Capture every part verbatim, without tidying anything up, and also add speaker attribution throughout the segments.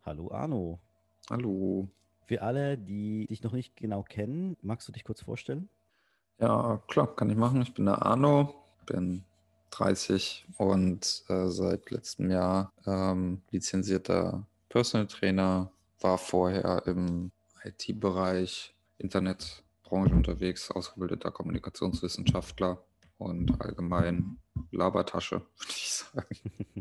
Speaker 1: Hallo Arno.
Speaker 2: Hallo.
Speaker 1: Für alle, die dich noch nicht genau kennen, magst du dich kurz vorstellen?
Speaker 2: Ja, klar, kann ich machen. Ich bin der Arno, bin dreißig und äh, seit letztem Jahr ähm, lizenzierter Personal Trainer, war vorher im I T-Bereich, Internetbranche unterwegs, ausgebildeter Kommunikationswissenschaftler und allgemein Labertasche, würde ich sagen.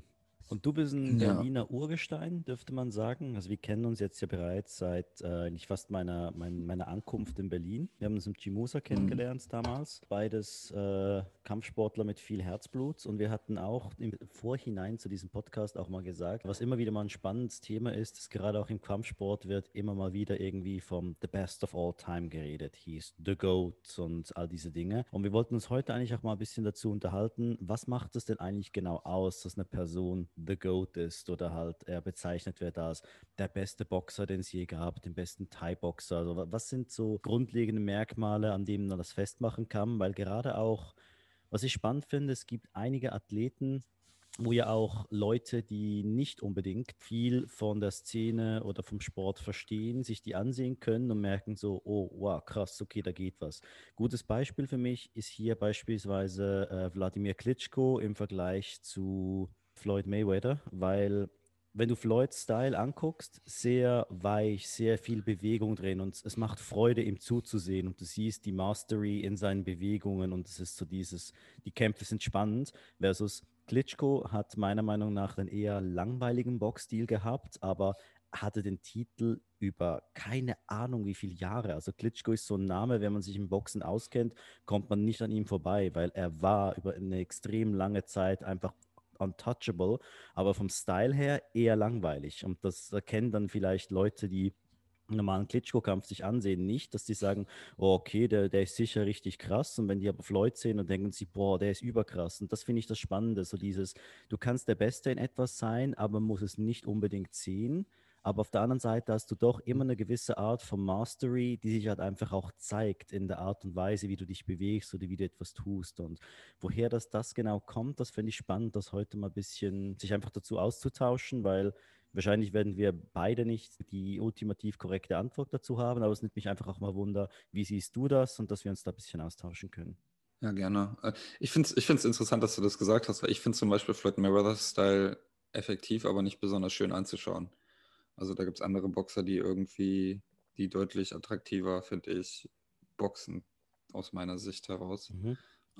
Speaker 1: Und du bist ein
Speaker 2: Ja.
Speaker 1: Berliner Urgestein, dürfte man sagen. Also wir kennen uns jetzt ja bereits seit äh, eigentlich fast meiner, mein, meiner Ankunft in Berlin. Wir haben uns im Chimosa
Speaker 2: Hm.
Speaker 1: kennengelernt damals. Beides äh, Kampfsportler mit viel Herzblut. Und wir hatten auch im Vorhinein zu diesem Podcast auch mal gesagt, was immer wieder mal ein spannendes Thema ist, ist gerade auch im Kampfsport wird immer mal wieder irgendwie vom The Best of All Time geredet. Hieß The GOAT und all diese Dinge. Und wir wollten uns heute eigentlich auch mal ein bisschen dazu unterhalten, was macht es denn eigentlich genau aus, dass eine Person The GOAT ist oder halt er bezeichnet wird als der beste Boxer, den es je gab, den besten Thai-Boxer. Also was sind so grundlegende Merkmale, an denen man das festmachen kann? Weil gerade auch, was ich spannend finde, es gibt einige Athleten, wo ja auch Leute, die nicht unbedingt viel von der Szene oder vom Sport verstehen, sich die ansehen können und merken so, oh, wow, krass, okay, da geht was. Gutes Beispiel für mich ist hier beispielsweise äh, Wladimir Klitschko im Vergleich zu Floyd Mayweather, weil wenn du Floyds Style anguckst, sehr weich, sehr viel Bewegung drin und es macht Freude, ihm zuzusehen und du siehst die Mastery in seinen Bewegungen und es ist so dieses, die Kämpfe sind spannend versus Klitschko hat meiner Meinung nach einen eher langweiligen Boxstil gehabt, aber hatte den Titel über keine Ahnung wie viele Jahre. Also Klitschko ist so ein Name, wenn man sich im Boxen auskennt, kommt man nicht an ihm vorbei, weil er war über eine extrem lange Zeit einfach untouchable, aber vom Style her eher langweilig. Und das erkennen dann vielleicht Leute, die einen normalen Klitschko-Kampf sich ansehen, nicht, dass die sagen, oh, okay, der, der ist sicher richtig krass. Und wenn die aber Floyd sehen und denken sie, boah, der ist überkrass. Und das finde ich das Spannende, so dieses, du kannst der Beste in etwas sein, aber muss es nicht unbedingt sehen. Aber auf der anderen Seite hast du doch immer eine gewisse Art von Mastery, die sich halt einfach auch zeigt in der Art und Weise, wie du dich bewegst oder wie du etwas tust. Und woher das, das genau kommt, das finde ich spannend, das heute mal ein bisschen sich einfach dazu auszutauschen, weil wahrscheinlich werden wir beide nicht die ultimativ korrekte Antwort dazu haben, aber es nimmt mich einfach auch mal Wunder, wie siehst du das und dass wir uns da ein bisschen austauschen können.
Speaker 2: Ja, gerne. Äh, Ich finde es ich find's interessant, dass du das gesagt hast, weil ich finde zum Beispiel Floyd Mayweathers Style effektiv, aber nicht besonders schön anzuschauen. Also da gibt es andere Boxer, die irgendwie, die deutlich attraktiver, finde ich, boxen, aus meiner Sicht heraus.
Speaker 1: Mhm.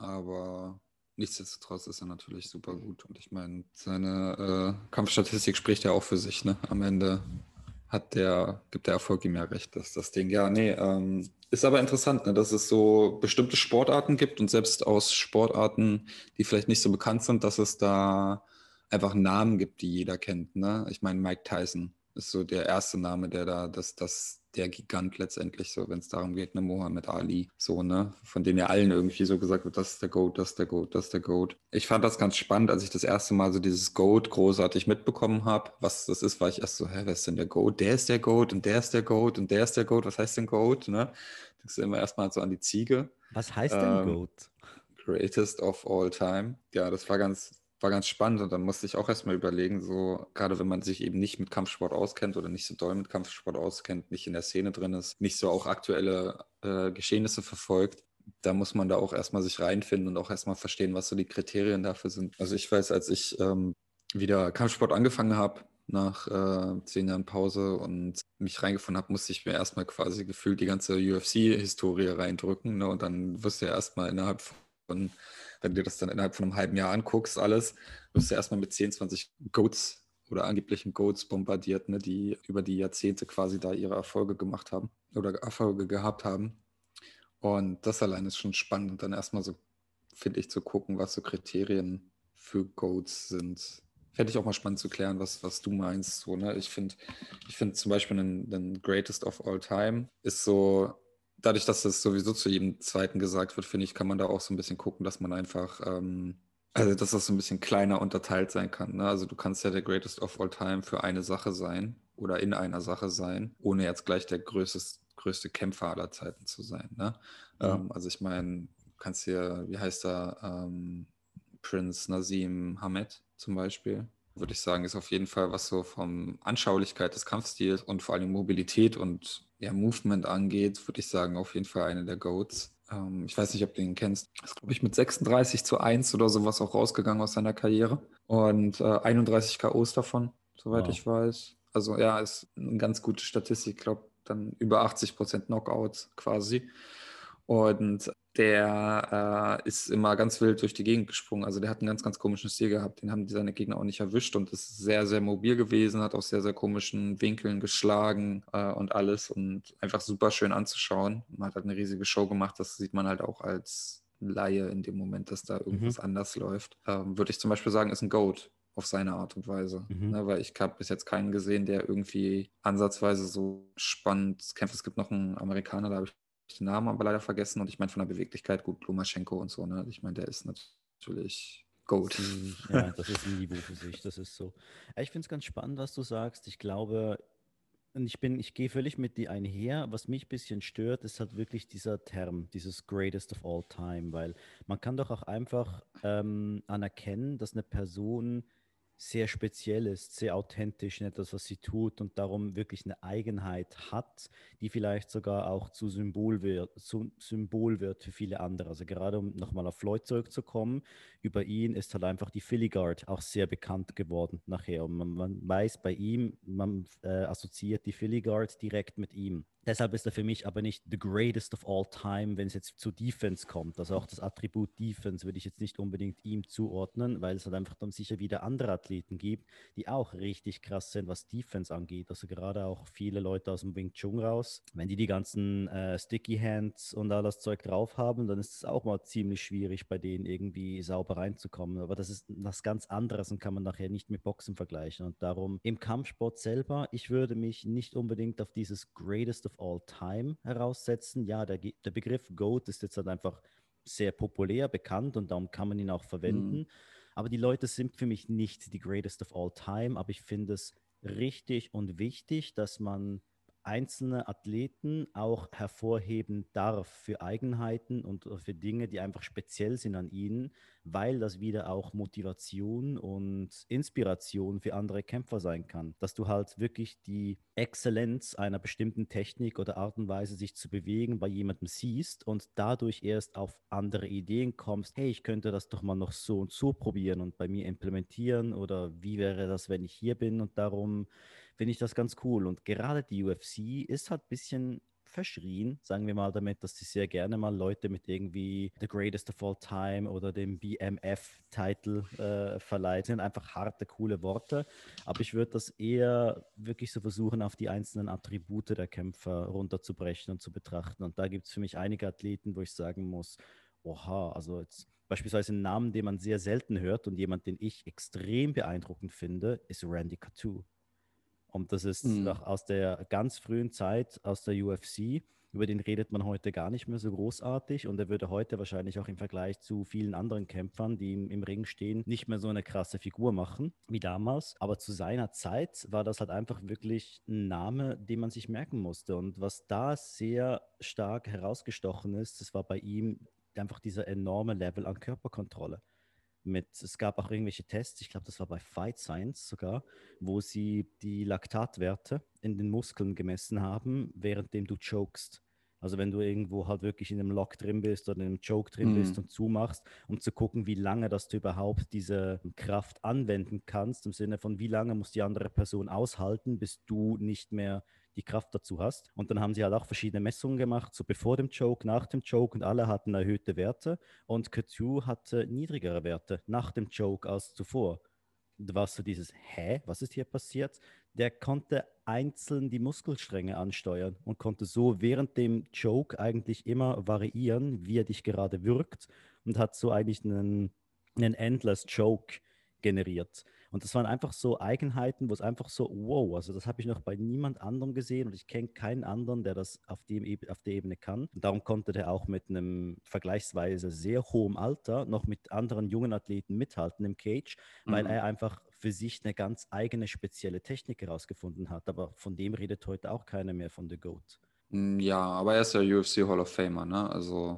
Speaker 2: Aber nichtsdestotrotz ist er natürlich super gut. Und ich meine, seine äh, Kampfstatistik spricht ja auch für sich, ne? Am Ende hat der, gibt der Erfolg ihm ja recht, dass das Ding, ja, nee, ähm, ist aber interessant, ne, dass es so bestimmte Sportarten gibt und selbst aus Sportarten, die vielleicht nicht so bekannt sind, dass es da einfach Namen gibt, die jeder kennt. Ne? Ich meine, Mike Tyson ist so der erste Name, der da, das, das, der Gigant letztendlich, so, wenn es darum geht, ne, Muhammad Ali, so, ne, von denen ja allen irgendwie so gesagt wird, das ist der Goat, das ist der Goat, das ist der Goat. Ich fand das ganz spannend, als ich das erste Mal so dieses Goat großartig mitbekommen habe. Was das ist, war ich erst so, hä, wer ist denn der Goat? Der ist der Goat und der ist der Goat und der ist der Goat. Was heißt denn Goat, ne? Denkst du immer erstmal so an die Ziege.
Speaker 1: Was heißt denn
Speaker 2: Ähm,
Speaker 1: GOAT?
Speaker 2: Greatest of all time. Ja, das war ganz, war ganz spannend und dann musste ich auch erstmal überlegen, so, gerade wenn man sich eben nicht mit Kampfsport auskennt oder nicht so doll mit Kampfsport auskennt, nicht in der Szene drin ist, nicht so auch aktuelle äh, Geschehnisse verfolgt, da muss man da auch erstmal sich reinfinden und auch erstmal verstehen, was so die Kriterien dafür sind. Also ich weiß, als ich ähm, wieder Kampfsport angefangen habe, nach äh, zehn Jahren Pause und mich reingefunden habe, musste ich mir erstmal quasi gefühlt die ganze U F C-Historie reindrücken. Ne? Und dann wirst du ja erstmal innerhalb von, wenn du dir das dann innerhalb von einem halben Jahr anguckst, alles, wirst du erstmal mit zehn, zwanzig Goats oder angeblichen Goats bombardiert, ne? Die über die Jahrzehnte quasi da ihre Erfolge gemacht haben oder Erfolge gehabt haben. Und das allein ist schon spannend, und dann erstmal so, finde ich, zu gucken, was so Kriterien für Goats sind. Fände ich auch mal spannend zu klären, was, was du meinst. So, ne? Ich finde ich find zum Beispiel den, den Greatest of All Time ist so, dadurch, dass das sowieso zu jedem Zweiten gesagt wird, finde ich, kann man da auch so ein bisschen gucken, dass man einfach, ähm, also dass das so ein bisschen kleiner unterteilt sein kann. Ne? Also du kannst ja der Greatest of All Time für eine Sache sein oder in einer Sache sein, ohne jetzt gleich der größte, größte Kämpfer aller Zeiten zu sein. Ne?
Speaker 1: Mhm.
Speaker 2: Ähm, also ich meine, du kannst hier, wie heißt er, ähm, Prince Naseem Hamed zum Beispiel. würde ich sagen, ist auf jeden Fall, was so vom Anschaulichkeit des Kampfstils und vor allem Mobilität und ja, Movement angeht, würde ich sagen, auf jeden Fall eine der GOATs. Ähm, ich weiß nicht, ob du ihn kennst. Ist, glaube ich, mit sechsunddreißig zu eins oder sowas auch rausgegangen aus seiner Karriere. Und äh, einunddreißig K Os davon, soweit
Speaker 1: Wow.
Speaker 2: ich weiß. Also ja, ist eine ganz gute Statistik. Ich glaube, dann über achtzig Prozent Knockouts quasi. Und der äh, ist immer ganz wild durch die Gegend gesprungen. Also der hat einen ganz, ganz komischen Stil gehabt. Den haben seine Gegner auch nicht erwischt und ist sehr, sehr mobil gewesen, hat aus sehr, sehr komischen Winkeln geschlagen äh, und alles und einfach super schön anzuschauen. Man hat halt eine riesige Show gemacht. Das sieht man halt auch als Laie in dem Moment, dass da
Speaker 1: Mhm.
Speaker 2: irgendwas anders läuft. Ähm, würde ich zum Beispiel sagen, ist ein GOAT auf seine Art und Weise.
Speaker 1: Mhm.
Speaker 2: Ne, weil ich habe bis jetzt keinen gesehen, der irgendwie ansatzweise so spannend kämpft. Es gibt noch einen Amerikaner, da habe ich den Namen aber leider vergessen. Und ich meine von der Beweglichkeit, gut, Lomaschenko und so, ne? Ich meine, der ist natürlich
Speaker 1: Das
Speaker 2: Goat.
Speaker 1: ist ein, ja, das ist ein Niveau für sich, das ist so. Ja, ich finde es ganz spannend, was du sagst. Ich glaube, und ich bin, ich gehe völlig mit dir einher. Was mich ein bisschen stört, ist halt wirklich dieser Term, dieses Greatest of All Time, weil man kann doch auch einfach ähm, anerkennen, dass eine Person sehr speziell ist, sehr authentisch in etwas, was sie tut und darum wirklich eine Eigenheit hat, die vielleicht sogar auch zu Symbol wird, zu Symbol wird für viele andere. Also gerade um nochmal auf Floyd zurückzukommen, über ihn ist halt einfach die Philly Guard auch sehr bekannt geworden nachher. Und man, man weiß bei ihm, man äh, assoziiert die Philly Guard direkt mit ihm. Deshalb ist er für mich aber nicht the greatest of all time, wenn es jetzt zu Defense kommt. Also auch das Attribut Defense würde ich jetzt nicht unbedingt ihm zuordnen, weil es halt einfach dann sicher wieder andere Athleten gibt, die auch richtig krass sind, was Defense angeht. Also gerade auch viele Leute aus dem Wing Chun raus. Wenn die die ganzen äh, Sticky Hands und all das Zeug drauf haben, dann ist es auch mal ziemlich schwierig, bei denen irgendwie sauber reinzukommen. Aber das ist was ganz anderes und kann man nachher nicht mit Boxen vergleichen. Und darum im Kampfsport selber, ich würde mich nicht unbedingt auf dieses Greatest of All Time heraussetzen. Ja, der, der Begriff GOAT ist jetzt halt einfach sehr populär, bekannt und darum kann man ihn auch
Speaker 2: Hm.
Speaker 1: verwenden. Aber die Leute sind für mich nicht die Greatest of All Time, aber ich finde es richtig und wichtig, dass man einzelne Athleten auch hervorheben darf für Eigenheiten und für Dinge, die einfach speziell sind an ihnen, weil das wieder auch Motivation und Inspiration für andere Kämpfer sein kann. Dass du halt wirklich die Exzellenz einer bestimmten Technik oder Art und Weise, sich zu bewegen, bei jemandem siehst und dadurch erst auf andere Ideen kommst, hey, ich könnte das doch mal noch so und so probieren und bei mir implementieren oder wie wäre das, wenn ich hier bin und darum finde ich das ganz cool. Und gerade die U F C ist halt ein bisschen verschrien, sagen wir mal damit, dass sie sehr gerne mal Leute mit irgendwie The Greatest of All Time oder dem B M F-Titel äh, verleiht. Das sind einfach harte, coole Worte. Aber ich würde das eher wirklich so versuchen, auf die einzelnen Attribute der Kämpfer runterzubrechen und zu betrachten. Und da gibt es für mich einige Athleten, wo ich sagen muss, oha, also jetzt beispielsweise ein Namen, den man sehr selten hört und jemand, den ich extrem beeindruckend finde, ist Randy Couture. Und das ist
Speaker 2: Hm.
Speaker 1: auch aus der ganz frühen Zeit aus der U F C. Über den redet man heute gar nicht mehr so großartig und er würde heute wahrscheinlich auch im Vergleich zu vielen anderen Kämpfern, die im, im Ring stehen, nicht mehr so eine krasse Figur machen wie damals. Aber zu seiner Zeit war das halt einfach wirklich ein Name, den man sich merken musste. Und was da sehr stark herausgestochen ist, das war bei ihm einfach dieser enorme Level an Körperkontrolle mit, es gab auch irgendwelche Tests, ich glaube, das war bei Fight Science sogar, wo sie die Laktatwerte in den Muskeln gemessen haben, währenddem du chokest. Also wenn du irgendwo halt wirklich in einem Lock drin bist oder in einem Choke drin bist
Speaker 2: Hm.
Speaker 1: und zumachst, um zu gucken, wie lange, dass du überhaupt diese Kraft anwenden kannst, im Sinne von, wie lange muss die andere Person aushalten, bis du nicht mehr die Kraft dazu hast. Und dann haben sie halt auch verschiedene Messungen gemacht, so bevor dem Choke, nach dem Choke und alle hatten erhöhte Werte. Und Couture hatte niedrigere Werte nach dem Choke als zuvor. Da war so dieses, hä, was ist hier passiert? Der konnte einzeln die Muskelstränge ansteuern und konnte so während dem Choke eigentlich immer variieren, wie er dich gerade wirkt und hat so eigentlich einen, einen Endless Choke generiert. Und das waren einfach so Eigenheiten, wo es einfach so, wow, also das habe ich noch bei niemand anderem gesehen und ich kenne keinen anderen, der das auf, dem, auf der Ebene kann. Und darum konnte der auch mit einem vergleichsweise sehr hohen Alter noch mit anderen jungen Athleten mithalten im Cage, weil
Speaker 2: Hm.
Speaker 1: er einfach für sich eine ganz eigene spezielle Technik herausgefunden hat. Aber von dem redet heute auch keiner mehr von The GOAT.
Speaker 2: Hm, ja, aber er ist ja U F C Hall of Famer, ne? Also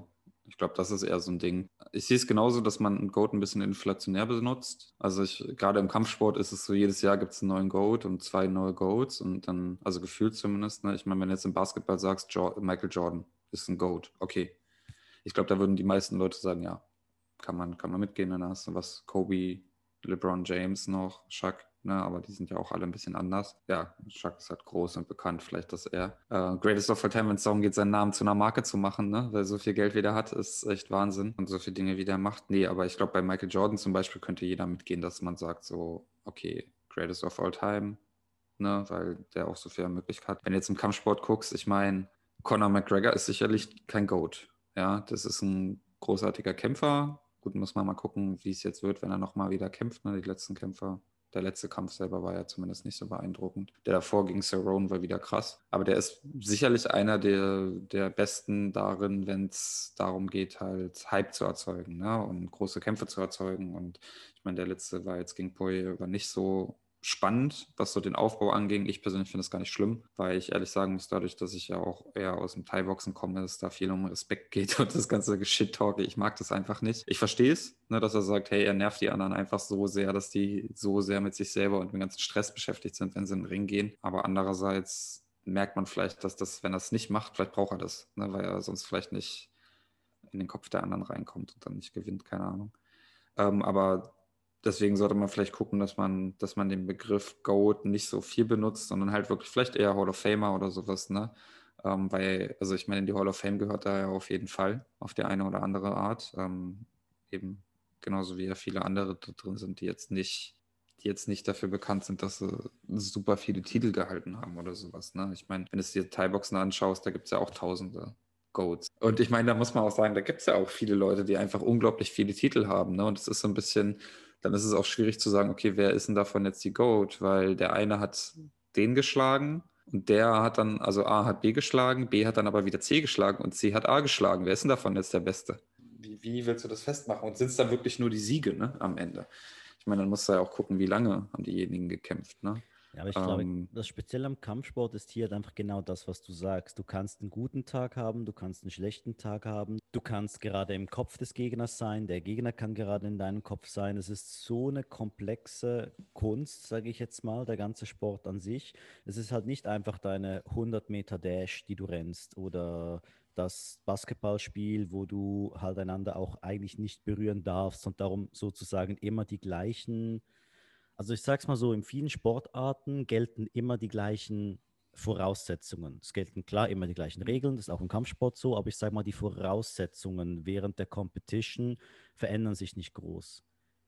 Speaker 2: Ich glaube, das ist eher so ein Ding. Ich sehe es genauso, dass man einen Goat ein bisschen inflationär benutzt. Also ich, gerade im Kampfsport ist es so, jedes Jahr gibt es einen neuen Goat und zwei neue Goats und dann, also gefühlt zumindest, ne? Ich meine, wenn du jetzt im Basketball sagst, jo- Michael Jordan ist ein Goat, okay. Ich glaube, da würden die meisten Leute sagen, ja, kann man, kann man mitgehen. Dann hast du was, Kobe, LeBron James noch, Shaq, ne, aber die sind ja auch alle ein bisschen anders. Ja, Shaq ist halt groß und bekannt, vielleicht das er. Äh, Greatest of All Time, wenn es darum geht, seinen Namen zu einer Marke zu machen, ne, weil so viel Geld wie der hat, ist echt Wahnsinn. Und so viele Dinge, wie der macht. Nee, aber ich glaube, bei Michael Jordan zum Beispiel könnte jeder mitgehen, dass man sagt so, okay, Greatest of All Time, ne, weil der auch so viel Möglichkeit hat. Wenn du jetzt im Kampfsport guckst, ich meine, Conor McGregor ist sicherlich kein GOAT. Ja, das ist ein großartiger Kämpfer. Gut, muss man mal gucken, wie es jetzt wird, wenn er nochmal wieder kämpft. Ne? Die letzten Kämpfer, der letzte Kampf selber war ja zumindest nicht so beeindruckend. Der davor gegen Cerrone war wieder krass. Aber der ist sicherlich einer der, der Besten darin, wenn es darum geht, halt Hype zu erzeugen, ne? Und große Kämpfe zu erzeugen. Und ich meine, der letzte war jetzt gegen Poirier, war nicht so spannend, was so den Aufbau anging. Ich persönlich finde es gar nicht schlimm, weil ich ehrlich sagen muss, dadurch, dass ich ja auch eher aus dem Thai-Boxen komme, dass es da viel um Respekt geht und das ganze Shit-Talk, ich mag das einfach nicht. Ich verstehe es, ne, dass er sagt, hey, er nervt die anderen einfach so sehr, dass die so sehr mit sich selber und mit dem ganzen Stress beschäftigt sind, wenn sie in den Ring gehen. Aber andererseits merkt man vielleicht, dass das, wenn er es nicht macht, vielleicht braucht er das, ne, weil er sonst vielleicht nicht in den Kopf der anderen reinkommt und dann nicht gewinnt, keine Ahnung. Ähm, aber deswegen sollte man vielleicht gucken, dass man, dass man den Begriff GOAT nicht so viel benutzt, sondern halt wirklich vielleicht eher Hall of Famer oder sowas, ne? Ähm, weil, also ich meine, in die Hall of Fame gehört er ja auf jeden Fall, auf die eine oder andere Art. Ähm, eben genauso wie ja viele andere da drin sind, die jetzt nicht, die jetzt nicht dafür bekannt sind, dass sie super viele Titel gehalten haben oder sowas, ne? Ich meine, wenn du es dir Thai-Boxen anschaust, da gibt es ja auch tausende Goats. Und ich meine, da muss man auch sagen, da gibt es ja auch viele Leute, die einfach unglaublich viele Titel haben. Ne? Und es ist so ein bisschen, dann ist es auch schwierig zu sagen, okay, wer ist denn davon jetzt die Goat? Weil der eine hat den geschlagen und der hat dann, also A hat B geschlagen, B hat dann aber wieder C geschlagen und C hat A geschlagen. Wer ist denn davon jetzt der Beste? Wie, wie willst du das festmachen? Und sind es dann wirklich nur die Siege, ne, am Ende? Ich meine, dann musst du ja auch gucken, wie lange haben diejenigen gekämpft, ne?
Speaker 1: Ja, aber ich glaube,
Speaker 2: Ähm,
Speaker 1: das Spezielle am Kampfsport ist hier halt einfach genau das, was du sagst. Du kannst einen guten Tag haben, du kannst einen schlechten Tag haben, du kannst gerade im Kopf des Gegners sein, der Gegner kann gerade in deinem Kopf sein. Es ist so eine komplexe Kunst, sage ich jetzt mal, der ganze Sport an sich. Es ist halt nicht einfach deine hundert Meter Dash, die du rennst oder das Basketballspiel, wo du halt einander auch eigentlich nicht berühren darfst und darum sozusagen immer die gleichen, also ich sage es mal so, in vielen Sportarten gelten immer die gleichen Voraussetzungen. Es gelten klar immer die gleichen Regeln, das ist auch im Kampfsport so, aber ich sage mal, die Voraussetzungen während der Competition verändern sich nicht groß.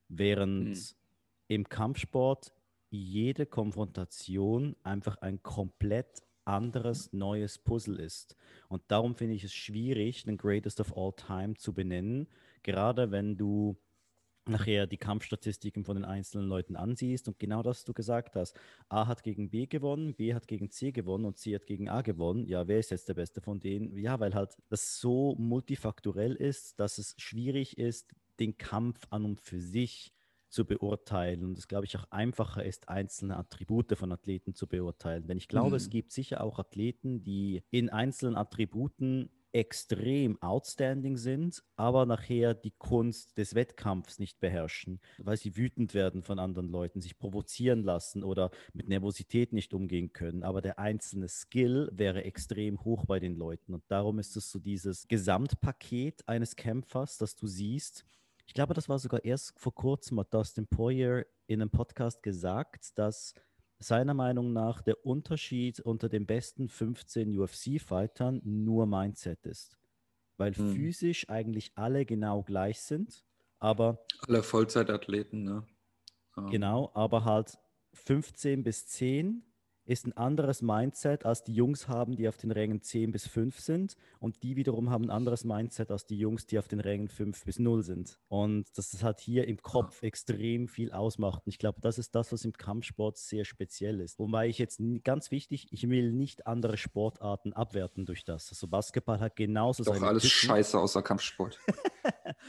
Speaker 2: hm.
Speaker 1: Während im Kampfsport jede Konfrontation einfach ein komplett anderes, neues Puzzle ist. Und darum finde ich es schwierig, den Greatest of All Time zu benennen, gerade wenn du nachher die Kampfstatistiken von den einzelnen Leuten ansiehst und genau das, was du gesagt hast. A hat gegen B gewonnen, B hat gegen C gewonnen und C hat gegen A gewonnen. Ja, wer ist jetzt der Beste von denen? Ja, weil halt das so multifaktorell ist, dass es schwierig ist, den Kampf an und für sich zu beurteilen und es, glaube ich, auch einfacher ist, einzelne Attribute von Athleten zu beurteilen. Denn ich glaube, es
Speaker 2: Hm.
Speaker 1: gibt sicher auch Athleten, die in einzelnen Attributen extrem outstanding sind, aber nachher die Kunst des Wettkampfs nicht beherrschen, weil sie wütend werden von anderen Leuten, sich provozieren lassen oder mit Nervosität nicht umgehen können. Aber der einzelne Skill wäre extrem hoch bei den Leuten. Und darum ist es so dieses Gesamtpaket eines Kämpfers, das du siehst. Ich glaube, das war sogar erst vor kurzem, hat Dustin Poirier in einem Podcast gesagt, dass seiner Meinung nach der Unterschied unter den besten fünfzehn U F C-Fightern nur Mindset ist. Weil
Speaker 2: Hm.
Speaker 1: physisch eigentlich alle genau gleich sind, aber
Speaker 2: Alle Vollzeitathleten, ne? Ähm,
Speaker 1: genau, aber halt fünfzehn bis zehn ist ein anderes Mindset, als die Jungs haben, die auf den Rängen zehn bis fünf sind. Und die wiederum haben ein anderes Mindset als die Jungs, die auf den Rängen fünf bis null sind. Und das ist halt hier im Kopf extrem viel ausmacht. Und ich glaube, das ist das, was im Kampfsport sehr speziell ist. Wobei ich jetzt n- ganz wichtig, ich will nicht andere Sportarten abwerten durch das. Also Basketball hat genauso
Speaker 2: doch
Speaker 1: seine
Speaker 2: alles
Speaker 1: Tücken.
Speaker 2: scheiße außer Kampfsport.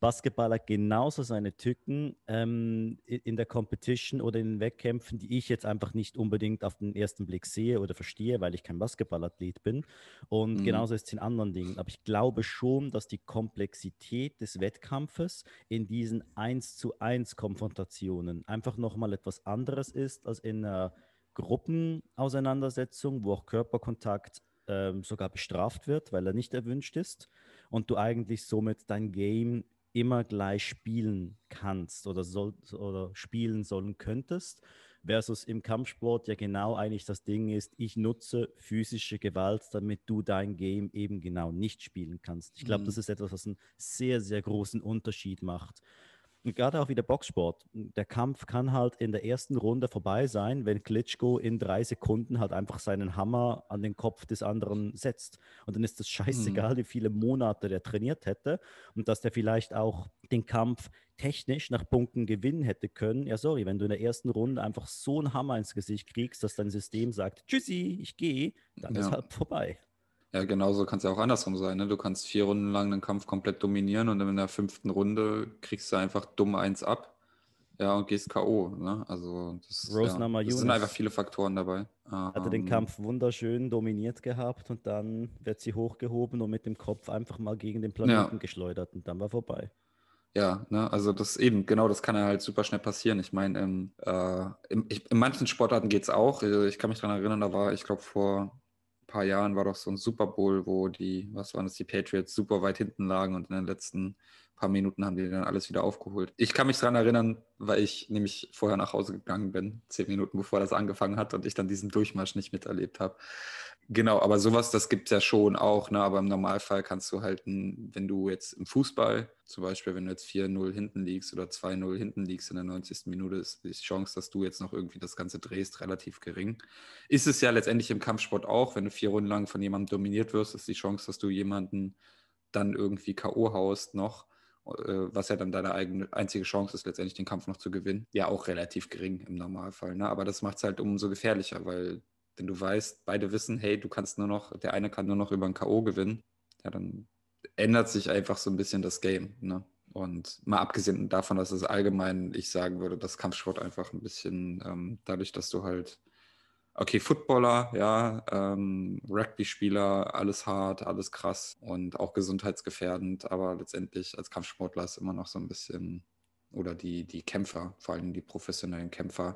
Speaker 1: Basketballer genauso seine Tücken ähm, in der Competition oder in den Wettkämpfen, die ich jetzt einfach nicht unbedingt auf den ersten Blick sehe oder verstehe, weil ich kein Basketballathlet bin. Und
Speaker 2: Mhm.
Speaker 1: genauso ist es in anderen Dingen. Aber ich glaube schon, dass die Komplexität des Wettkampfes in diesen eins zu eins Konfrontationen einfach nochmal etwas anderes ist als in einer Gruppenauseinandersetzung, wo auch Körperkontakt ähm, sogar bestraft wird, weil er nicht erwünscht ist und du eigentlich somit dein Game immer gleich spielen kannst oder, soll, oder spielen sollen könntest, versus im Kampfsport ja genau eigentlich das Ding ist, ich nutze physische Gewalt, damit du dein Game eben genau nicht spielen kannst. Ich glaube, das
Speaker 2: Mhm.
Speaker 1: ist etwas, was einen sehr, sehr großen Unterschied macht. Und gerade auch wie der Boxsport. Der Kampf kann halt in der ersten Runde vorbei sein, wenn Klitschko in drei Sekunden halt einfach seinen Hammer an den Kopf des anderen setzt. Und dann ist es
Speaker 2: Mhm.
Speaker 1: scheißegal, wie viele Monate der trainiert hätte und dass der vielleicht auch den Kampf technisch nach Punkten gewinnen hätte können. Ja, sorry, wenn du in der ersten Runde einfach so einen Hammer ins Gesicht kriegst, dass dein System sagt, tschüssi, ich gehe, dann ist
Speaker 2: Ja.
Speaker 1: halt vorbei.
Speaker 2: Ja, genauso kann es ja auch andersrum sein. Ne? Du kannst vier Runden lang den Kampf komplett dominieren und dann in der fünften Runde kriegst du einfach dumm eins ab. Ja, und gehst K O. Ne? Also, das,
Speaker 1: Rose
Speaker 2: ja, es sind einfach
Speaker 1: Namajunas
Speaker 2: viele Faktoren dabei.
Speaker 1: hatte den
Speaker 2: Ähm,
Speaker 1: Kampf wunderschön dominiert gehabt und dann wird sie hochgehoben und mit dem Kopf einfach mal gegen den
Speaker 2: ja,
Speaker 1: Planeten geschleudert und dann war vorbei.
Speaker 2: ja, ne? Also das eben, genau, das kann ja halt super schnell passieren. Ich meine, im, äh, im, ich, in manchen Sportarten geht es auch. Also ich kann mich daran erinnern, da war, ich glaube, vor ein paar Jahren war doch so ein Super Bowl, wo die, was waren das, die Patriots super weit hinten lagen und in den letzten paar Minuten haben die dann alles wieder aufgeholt. Ich kann mich daran erinnern, weil ich nämlich vorher nach Hause gegangen bin, zehn Minuten bevor das angefangen hat und ich dann diesen Durchmarsch nicht miterlebt habe. Genau, aber sowas, das gibt es ja schon auch, ne? Aber im Normalfall kannst du halt, ein- wenn du jetzt im Fußball, zum Beispiel, wenn du jetzt vier null hinten liegst oder zwei null hinten liegst in der neunzigsten Minute, ist die Chance, dass du jetzt noch irgendwie das Ganze drehst, relativ gering. Ist es ja letztendlich im Kampfsport auch, wenn du vier Runden lang von jemandem dominiert wirst, ist die Chance, dass du jemanden dann irgendwie K O haust noch, äh, was ja dann deine eigene einzige Chance ist, letztendlich den Kampf noch zu gewinnen. Ja, auch relativ gering im Normalfall. Ne? Aber das macht es halt umso gefährlicher, weil wenn du weißt, beide wissen, hey, du kannst nur noch, der eine kann nur noch über ein K O gewinnen, ja, dann ändert sich einfach so ein bisschen das Game. Ne? Und mal abgesehen davon, dass es allgemein, ich sagen würde, dass Kampfsport einfach ein bisschen, ähm, dadurch, dass du halt okay, Footballer, ja, ähm, Rugby-Spieler, alles hart, alles krass und auch gesundheitsgefährdend, aber letztendlich als Kampfsportler ist immer noch so ein bisschen, oder die, die Kämpfer, vor allem die professionellen Kämpfer,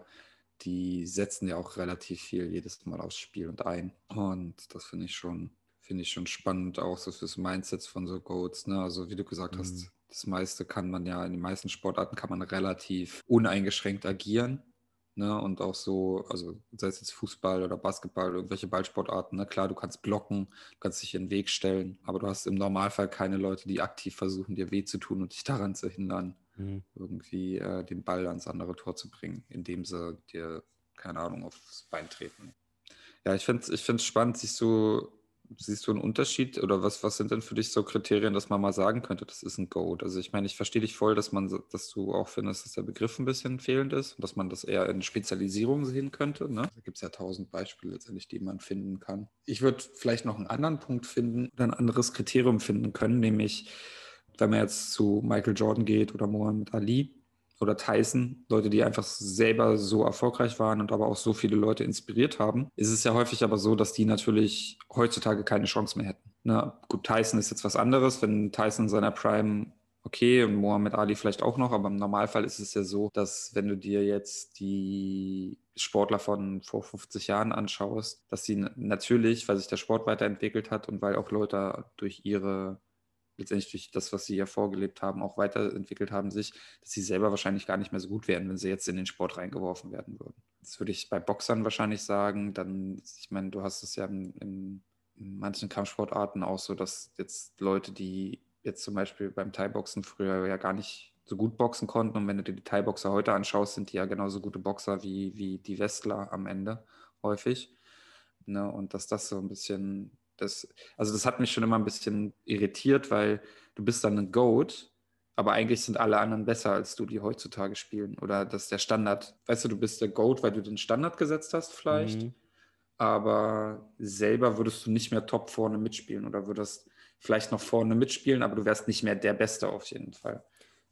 Speaker 2: die setzen ja auch relativ viel jedes Mal aufs Spiel und ein. Und das finde ich schon, finde ich schon spannend, auch so fürs Mindset von so Goats, ne? Also wie du gesagt
Speaker 1: Mhm.
Speaker 2: hast, das meiste kann man ja, in den meisten Sportarten kann man relativ uneingeschränkt agieren. Ne, und auch so, also sei es jetzt Fußball oder Basketball, irgendwelche Ballsportarten, ne, klar, du kannst blocken, du kannst dich in den Weg stellen, aber du hast im Normalfall keine Leute, die aktiv versuchen, dir weh zu tun und dich daran zu hindern,
Speaker 1: Mhm.
Speaker 2: irgendwie äh, den Ball ans andere Tor zu bringen, indem sie dir, keine Ahnung, aufs Bein treten. Ja, ich finde es ich find's spannend. Siehst du, siehst du einen Unterschied oder was, was sind denn für dich so Kriterien, dass man mal sagen könnte, das ist ein Goat? Also ich meine, ich verstehe dich voll, dass man, so- dass du auch findest, dass der Begriff ein bisschen fehlend ist und dass man das eher in Spezialisierung sehen könnte. Ne? Da gibt es ja tausend Beispiele letztendlich, die man finden kann. Ich würde vielleicht noch einen anderen Punkt finden oder ein anderes Kriterium finden können, nämlich wenn man jetzt zu Michael Jordan geht oder Muhammad Ali oder Tyson, Leute, die einfach selber so erfolgreich waren und aber auch so viele Leute inspiriert haben, ist es ja häufig aber so, dass die natürlich heutzutage keine Chance mehr hätten. Na, gut, Tyson ist jetzt was anderes, wenn Tyson in seiner Prime okay und Muhammad Ali vielleicht auch noch, aber im Normalfall ist es ja so, dass wenn du dir jetzt die Sportler von vor fünfzig Jahren anschaust, dass sie natürlich, weil sich der Sport weiterentwickelt hat und weil auch Leute durch ihre letztendlich durch das, was sie ja vorgelebt haben, auch weiterentwickelt haben, sich, dass sie selber wahrscheinlich gar nicht mehr so gut wären, wenn sie jetzt in den Sport reingeworfen werden würden. Das würde ich bei Boxern wahrscheinlich sagen. Dann, ich meine, du hast es ja in, in, in manchen Kampfsportarten auch so, dass jetzt Leute, die jetzt zum Beispiel beim Thai-Boxen früher ja gar nicht so gut boxen konnten und wenn du dir die Thai-Boxer heute anschaust, sind die ja genauso gute Boxer wie, wie die Wrestler am Ende häufig. Ne? Und dass das so ein bisschen, das, also das hat mich schon immer ein bisschen irritiert, weil du bist dann ein Goat, aber eigentlich sind alle anderen besser als du, die heutzutage spielen. Oder das ist der Standard. Weißt du, du bist der Goat, weil du den Standard gesetzt hast, vielleicht,
Speaker 1: Mhm.
Speaker 2: aber selber würdest du nicht mehr top vorne mitspielen oder würdest vielleicht noch vorne mitspielen, aber du wärst nicht mehr der Beste auf jeden Fall.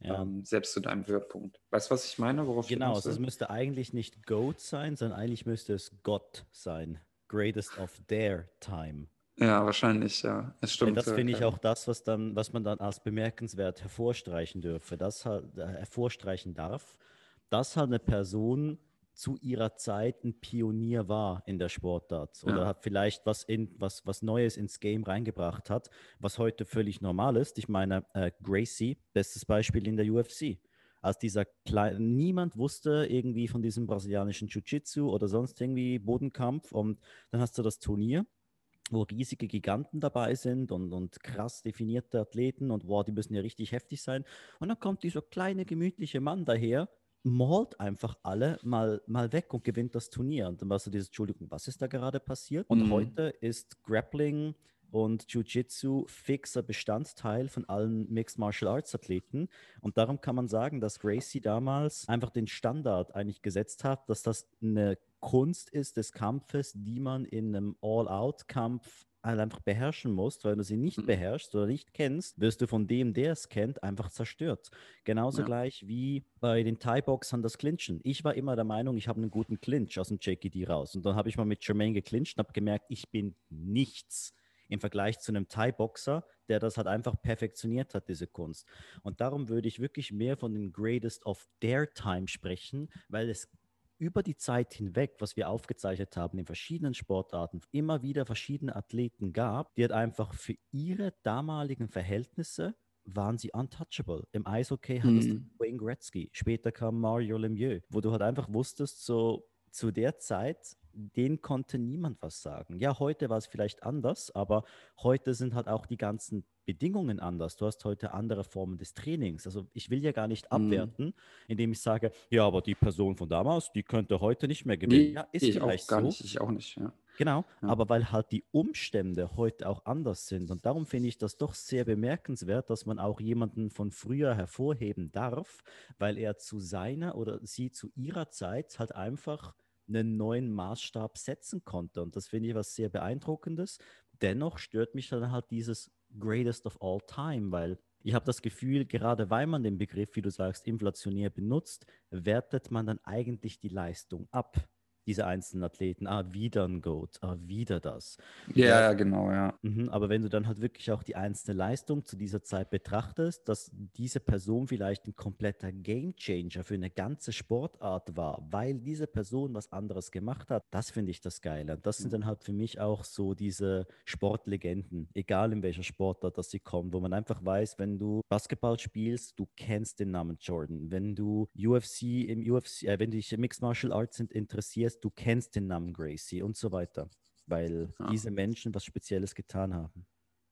Speaker 1: Ja.
Speaker 2: ähm, selbst zu deinem Höhepunkt. Weißt du, was ich meine, worauf ich
Speaker 1: Genau,
Speaker 2: hinaus
Speaker 1: also es
Speaker 2: will?
Speaker 1: müsste eigentlich nicht GOAT sein, sondern eigentlich müsste es Gott sein. Greatest of their time.
Speaker 2: Ja, wahrscheinlich, ja. Es
Speaker 1: Weil
Speaker 2: stimmt,
Speaker 1: das
Speaker 2: ja,
Speaker 1: finde ich
Speaker 2: okay.
Speaker 1: auch das, was dann, was man dann als bemerkenswert hervorstreichen dürfe, das halt, äh, hervorstreichen darf, dass halt eine Person zu ihrer Zeit ein Pionier war in der Sportart oder
Speaker 2: Ja.
Speaker 1: hat vielleicht was in was was Neues ins Game reingebracht hat, was heute völlig normal ist. Ich meine, äh, Gracie, bestes Beispiel in der U F C. Als dieser kleine, niemand wusste irgendwie von diesem brasilianischen Jiu-Jitsu oder sonst irgendwie Bodenkampf und dann hast du das Turnier, wo riesige Giganten dabei sind und, und krass definierte Athleten und wow, die müssen ja richtig heftig sein. Und dann kommt dieser kleine, gemütliche Mann daher, mault einfach alle mal, mal weg und gewinnt das Turnier. Und dann warst du dieses, Entschuldigung, was ist da gerade passiert? Und
Speaker 2: Mhm.
Speaker 1: heute ist Grappling und Jiu-Jitsu fixer Bestandteil von allen Mixed Martial Arts Athleten. Und darum kann man sagen, dass Gracie damals einfach den Standard eigentlich gesetzt hat, dass das eine Kunst ist des Kampfes, die man in einem All-Out-Kampf halt einfach beherrschen musst. Weil du sie nicht
Speaker 2: Mhm.
Speaker 1: beherrschst oder nicht kennst, wirst du von dem, der es kennt, einfach zerstört. Genauso
Speaker 2: Ja.
Speaker 1: gleich wie bei den Thai-Boxern das Clinchen. Ich war immer der Meinung, ich habe einen guten Clinch aus dem J K D raus. Und dann habe ich mal mit Jermaine geclincht und habe gemerkt, ich bin nichts im Vergleich zu einem Thai-Boxer, der das halt einfach perfektioniert hat, diese Kunst. Und darum würde ich wirklich mehr von den Greatest of their time sprechen, weil es über die Zeit hinweg, was wir aufgezeichnet haben, in verschiedenen Sportarten, immer wieder verschiedene Athleten gab, die halt einfach für ihre damaligen Verhältnisse waren sie untouchable. Im Eishockey hattest du
Speaker 2: Mhm.
Speaker 1: Wayne Gretzky, später kam Mario Lemieux, wo du halt einfach wusstest, so zu der Zeit, den konnte niemand was sagen. Ja, heute war es vielleicht anders, aber heute sind halt auch die ganzen Bedingungen anders. Du hast heute andere Formen des Trainings. Also ich will ja gar nicht
Speaker 2: Mhm.
Speaker 1: abwerten, indem ich sage, ja, aber die Person von damals, die könnte heute nicht mehr gewinnen.
Speaker 2: Nee,
Speaker 1: Ja, ist
Speaker 2: ich auch
Speaker 1: vielleicht
Speaker 2: gar
Speaker 1: so,
Speaker 2: nicht. Ich auch nicht, ja.
Speaker 1: genau,
Speaker 2: Ja.
Speaker 1: aber weil halt die Umstände heute auch anders sind. Und darum finde ich das doch sehr bemerkenswert, dass man auch jemanden von früher hervorheben darf, weil er zu seiner oder sie zu ihrer Zeit halt einfach einen neuen Maßstab setzen konnte. Und das finde ich was sehr Beeindruckendes. Dennoch stört mich dann halt dieses Greatest of All Time, weil ich habe das Gefühl, gerade weil man den Begriff, wie du sagst, inflationär benutzt, wertet man dann eigentlich die Leistung ab, diese einzelnen Athleten. Ah, wieder ein Goat, ah, wieder das.
Speaker 2: Ja,
Speaker 1: Wer,
Speaker 2: ja, genau, ja.
Speaker 1: Mhm, aber wenn du dann halt wirklich auch die einzelne Leistung zu dieser Zeit betrachtest, dass diese Person vielleicht ein kompletter Gamechanger für eine ganze Sportart war, weil diese Person was anderes gemacht hat, das finde ich das Geile. Und das sind dann halt für mich auch so diese Sportlegenden, egal in welcher Sportart dass sie kommen, wo man einfach weiß, wenn du Basketball spielst, du kennst den Namen Jordan. Wenn du U F C im U F C, äh, wenn du dich in Mixed Martial Arts interessierst, du kennst den Namen Gracie und so weiter, weil
Speaker 2: Ja,
Speaker 1: diese Menschen was Spezielles getan haben.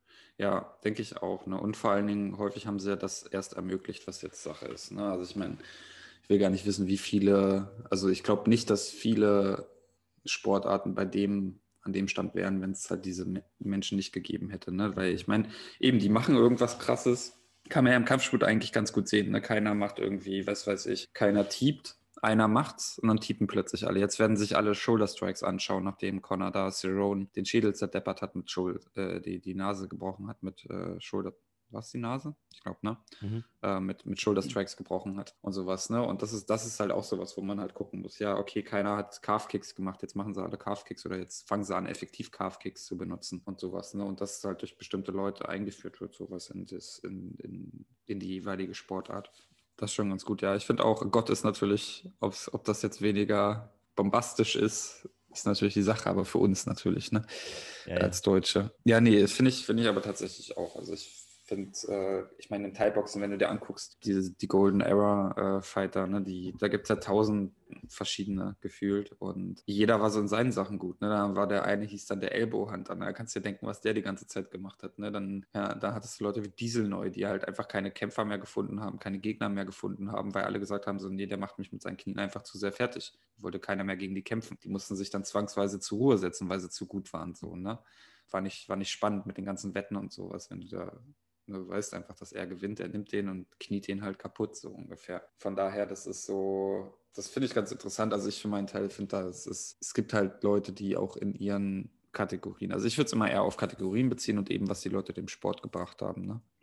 Speaker 2: ja, denke ich auch. Ne? Und vor allen Dingen, häufig haben sie ja das erst ermöglicht, was jetzt Sache ist. Ne? Also ich meine, ich will gar nicht wissen, wie viele, also ich glaube nicht, dass viele Sportarten bei dem, an dem Stand wären, wenn es halt diese Me- Menschen nicht gegeben hätte. Ne? Weil ich meine, eben, die machen irgendwas Krasses. Kann man ja im Kampfsport eigentlich ganz gut sehen. Ne? Keiner macht irgendwie, was weiß ich, keiner tiept. Einer macht's und dann tiepen plötzlich alle. Jetzt werden sich alle Shoulder Strikes anschauen, nachdem Conor da Cerrone den Schädel zerdeppert hat mit Schul äh, die, die Nase gebrochen hat mit äh, Shoulder. Was die Nase? Ich glaube, ne?
Speaker 1: Mhm.
Speaker 2: Äh, mit, mit Shoulder Strikes gebrochen hat und sowas, ne? Und das ist, das ist halt auch sowas, wo man halt gucken muss. Ja, okay, keiner hat Calf Kicks gemacht, jetzt machen sie alle Calf Kicks oder jetzt fangen sie an, effektiv Calf Kicks zu benutzen und sowas, ne? Und das ist halt durch bestimmte Leute eingeführt wird, sowas in, das, in, in, in die jeweilige Sportart. Das ist schon ganz gut, ja. Ich finde auch, Gott ist natürlich, ob's, ob das jetzt weniger bombastisch ist, ist natürlich die Sache, aber für uns natürlich, ne?
Speaker 1: Ja, ja.
Speaker 2: Als Deutsche. Ja, nee, finde ich, finde ich aber tatsächlich auch. Also ich finde, äh, ich meine, im Thai-Boxen, wenn du dir anguckst, diese, die Golden Era äh, Fighter, ne, die, da gibt es ja tausend verschiedene gefühlt und jeder war so in seinen Sachen gut. Ne? Da war der eine, hieß dann der Ellbowhand, dann da kannst du dir denken, was der die ganze Zeit gemacht hat. Ne? Dann, ja, da hattest du Leute wie Diesel neu, die halt einfach keine Kämpfer mehr gefunden haben, keine Gegner mehr gefunden haben, weil alle gesagt haben, so, nee, der macht mich mit seinen Knien einfach zu sehr fertig. Wollte keiner mehr gegen die kämpfen. Die mussten sich dann zwangsweise zur Ruhe setzen, weil sie zu gut waren. So, ne? War nicht, war nicht spannend mit den ganzen Wetten und sowas, wenn du da, du weißt einfach, dass er gewinnt, er nimmt den und kniet den halt kaputt, so ungefähr. Von daher, das ist so, das finde ich ganz interessant. Also ich für meinen Teil finde, da es ist, es gibt halt Leute, die auch in ihren Kategorien, also ich würde es immer eher auf Kategorien beziehen und eben, was die Leute dem Sport gebracht haben, ne?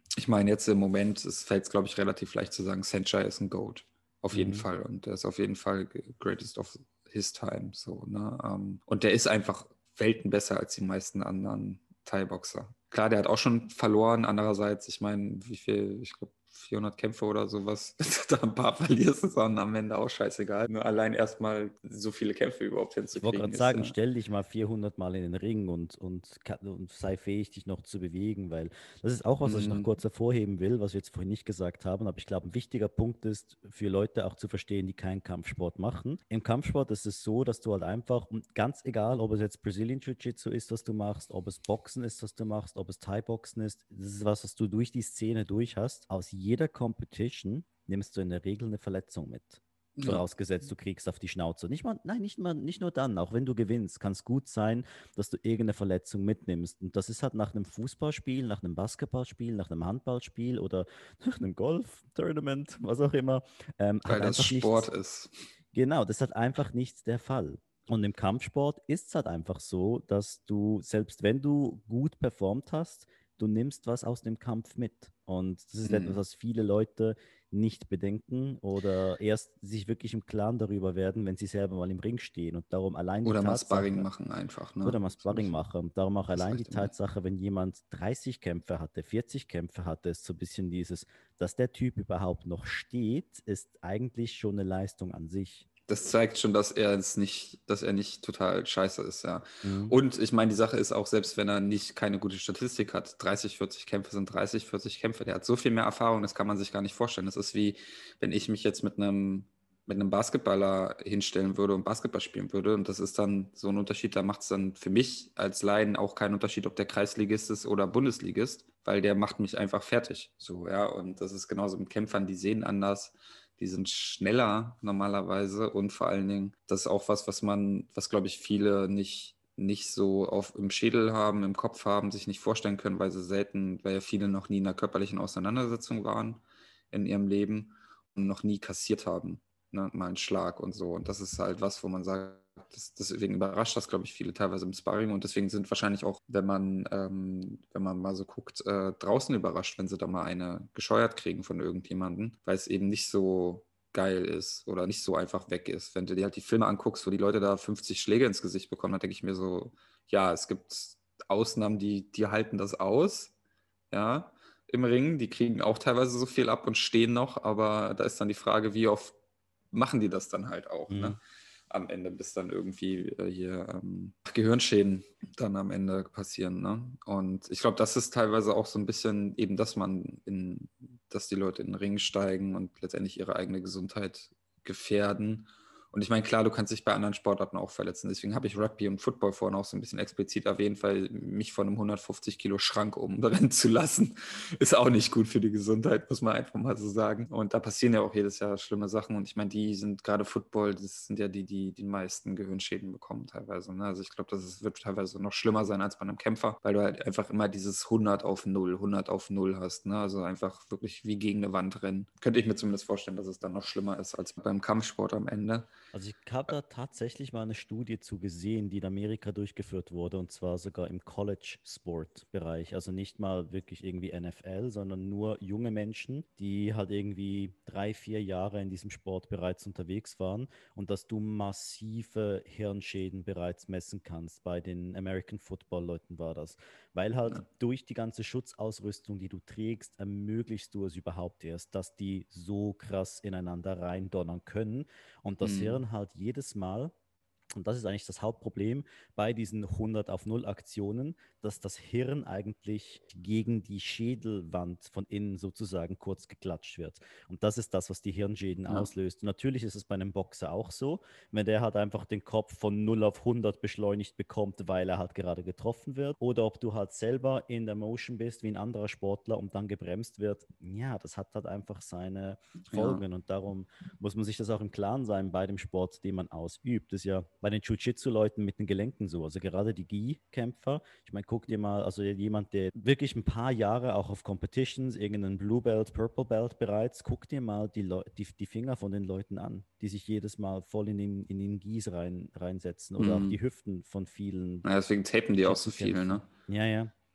Speaker 2: Ich meine, jetzt im Moment, es fällt, glaube ich, relativ leicht zu sagen, Sanchai ist ein GOAT. Auf jeden
Speaker 1: Mhm.
Speaker 2: Fall. Und der ist auf jeden Fall greatest of his time. So, ne? Um, und der ist einfach Welten besser als die meisten anderen Thai-Boxer. Klar, der hat auch schon verloren. Andererseits, ich meine, wie viel, ich glaube, vierhundert Kämpfe oder sowas, da ein paar verlierst, ist dann am Ende auch scheißegal. Nur allein erstmal so viele Kämpfe überhaupt
Speaker 1: Ich wollte
Speaker 2: hinzukriegen,
Speaker 1: gerade
Speaker 2: ist
Speaker 1: sagen,
Speaker 2: ja.
Speaker 1: stell dich mal vierhundert Mal in den Ring und, und, ka- und sei fähig, dich noch zu bewegen, weil das ist auch was, was ich noch
Speaker 2: Mm,
Speaker 1: kurz hervorheben will, was wir jetzt vorhin nicht gesagt haben, aber ich glaube, ein wichtiger Punkt ist für Leute auch zu verstehen, die keinen Kampfsport machen. Im Kampfsport ist es so, dass du halt einfach, und ganz egal, ob es jetzt Brazilian Jiu-Jitsu ist, was du machst, ob es Boxen ist, was du machst, ob es Thai-Boxen ist, das ist was, was du durch die Szene durch hast. Aus jeder Competition nimmst du in der Regel eine Verletzung mit.
Speaker 2: ja.
Speaker 1: Vorausgesetzt, du kriegst auf die Schnauze. Nicht mal, nein, nicht mal, nicht nur dann, auch wenn du gewinnst, kann es gut sein, dass du irgendeine Verletzung mitnimmst. Und das ist halt nach einem Fußballspiel, nach einem Basketballspiel, nach einem Handballspiel oder nach einem Golf-Tournament, was auch immer, ähm,
Speaker 2: Weil
Speaker 1: halt
Speaker 2: das
Speaker 1: einfach
Speaker 2: Sport
Speaker 1: nichts.
Speaker 2: ist.
Speaker 1: Genau, das ist halt einfach nicht der Fall. Und im Kampfsport ist es halt einfach so, dass du, selbst wenn du gut performt hast, du nimmst was aus dem Kampf mit. Und das ist etwas,
Speaker 2: Mm.
Speaker 1: was viele Leute nicht bedenken oder erst sich wirklich im Klaren darüber werden, wenn sie selber mal im Ring stehen. Und darum allein die
Speaker 2: Oder mal Sparring
Speaker 1: Tatsache,
Speaker 2: machen einfach, ne?
Speaker 1: oder mal
Speaker 2: So,
Speaker 1: Sparring machen. Und darum auch
Speaker 2: das
Speaker 1: allein die
Speaker 2: reicht immer.
Speaker 1: Tatsache, wenn jemand dreißig Kämpfe hatte, vierzig Kämpfe hatte, ist so ein bisschen dieses, dass der Typ überhaupt noch steht, ist eigentlich schon eine Leistung an sich.
Speaker 2: Das zeigt schon, dass er es nicht, dass er nicht total scheiße ist, ja.
Speaker 1: Mhm.
Speaker 2: Und ich meine, die Sache ist auch, selbst wenn er nicht keine gute Statistik hat, dreißig, vierzig Kämpfe sind dreißig, vierzig Kämpfe, der hat so viel mehr Erfahrung, das kann man sich gar nicht vorstellen. Das ist wie, wenn ich mich jetzt mit einem, mit einem Basketballer hinstellen würde und Basketball spielen würde. Und das ist dann so ein Unterschied, da macht es dann für mich als Laien auch keinen Unterschied, ob der Kreisligist ist oder Bundesligist, weil der macht mich einfach fertig. So, ja. Und das ist genauso mit Kämpfern, die sehen anders. Die sind schneller normalerweise und vor allen Dingen, das ist auch was, was man, was glaube ich viele nicht, nicht so auf, im Schädel haben, im Kopf haben, sich nicht vorstellen können, weil sie selten, weil ja viele noch nie in einer körperlichen Auseinandersetzung waren in ihrem Leben und noch nie kassiert haben, ne, mal einen Schlag und so. Und das ist halt was, wo man sagt, das, deswegen überrascht das, glaube ich, viele teilweise im Sparring und deswegen sind wahrscheinlich auch, wenn man, ähm, wenn man mal so guckt, äh, draußen überrascht, wenn sie da mal eine gescheuert kriegen von irgendjemandem, weil es eben nicht so geil ist oder nicht so einfach weg ist. Wenn du dir halt die Filme anguckst, wo die Leute da fünfzig Schläge ins Gesicht bekommen, dann denke ich mir so, ja, es gibt Ausnahmen, die, die halten das aus, ja, im Ring, die kriegen auch teilweise so viel ab und stehen noch, aber da ist dann die Frage, wie oft machen die das dann halt auch, ne?
Speaker 1: Mhm.
Speaker 2: Am Ende, bis dann irgendwie äh, hier ähm, Gehirnschäden dann am Ende passieren, ne? Und ich glaube, das ist teilweise auch so ein bisschen eben, dass man in, dass die Leute in den Ring steigen und letztendlich ihre eigene Gesundheit gefährden. Und ich meine, klar, du kannst dich bei anderen Sportarten auch verletzen. Deswegen habe ich Rugby und Football vorhin auch so ein bisschen explizit erwähnt, weil mich von einem hundertfünfzig Kilo Schrank umrennen zu lassen, ist auch nicht gut für die Gesundheit, muss man einfach mal so sagen. Und da passieren ja auch jedes Jahr schlimme Sachen. Und ich meine, die sind gerade Football, das sind ja die, die die meisten Gehirnschäden bekommen teilweise. Ne? Also ich glaube, das ist, wird teilweise noch schlimmer sein als bei einem Kämpfer, weil du halt einfach immer dieses hundert auf null, hundert auf null hast. Ne? Also einfach wirklich wie gegen eine Wand rennen. Könnte ich mir zumindest vorstellen, dass es dann noch schlimmer ist als beim Kampfsport am Ende.
Speaker 1: Also ich habe da tatsächlich mal eine Studie zu gesehen, die in Amerika durchgeführt wurde, und zwar sogar im College-Sport-Bereich. Also nicht mal wirklich irgendwie N F L, sondern nur junge Menschen, die halt irgendwie drei, vier Jahre in diesem Sport bereits unterwegs waren und dass du massive Hirnschäden bereits messen kannst. Bei den American Football-Leuten war das. Weil halt
Speaker 2: Ja.
Speaker 1: durch die ganze Schutzausrüstung, die du trägst, ermöglichst du es überhaupt erst, dass die so krass ineinander reindonnern können und das
Speaker 2: Hm.
Speaker 1: Hirn halt jedes Mal, und das ist eigentlich das Hauptproblem bei diesen hundert auf null Aktionen, dass das Hirn eigentlich gegen die Schädelwand von innen sozusagen kurz geklatscht wird. Und das ist das, was die Hirnschäden
Speaker 2: Ja.
Speaker 1: auslöst. Und natürlich ist es bei einem Boxer auch so, wenn der halt einfach den Kopf von null auf hundert beschleunigt bekommt, weil er halt gerade getroffen wird. Oder ob du halt selber in der Motion bist wie ein anderer Sportler und dann gebremst wird. Ja, das hat halt einfach seine
Speaker 2: Ja.
Speaker 1: Folgen. Und darum muss man sich das auch im Klaren sein bei dem Sport, den man ausübt. Das ist ja bei den Jiu-Jitsu-Leuten mit den Gelenken so. Also gerade die Gi-Kämpfer. Ich meine, guck dir mal, also jemand, der wirklich ein paar Jahre auch auf Competitions, irgendeinen Blue Belt, Purple Belt bereits, guck dir mal die, Leu die, die Finger von den Leuten an, die sich jedes Mal voll in den, in den Gis rein, reinsetzen oder auch
Speaker 2: Hm.
Speaker 1: die Hüften von vielen
Speaker 2: Ja, deswegen tapen die auch so viel,
Speaker 1: Jiu-Jitsu-Kämpfen.
Speaker 2: ne?
Speaker 1: Ja, ja.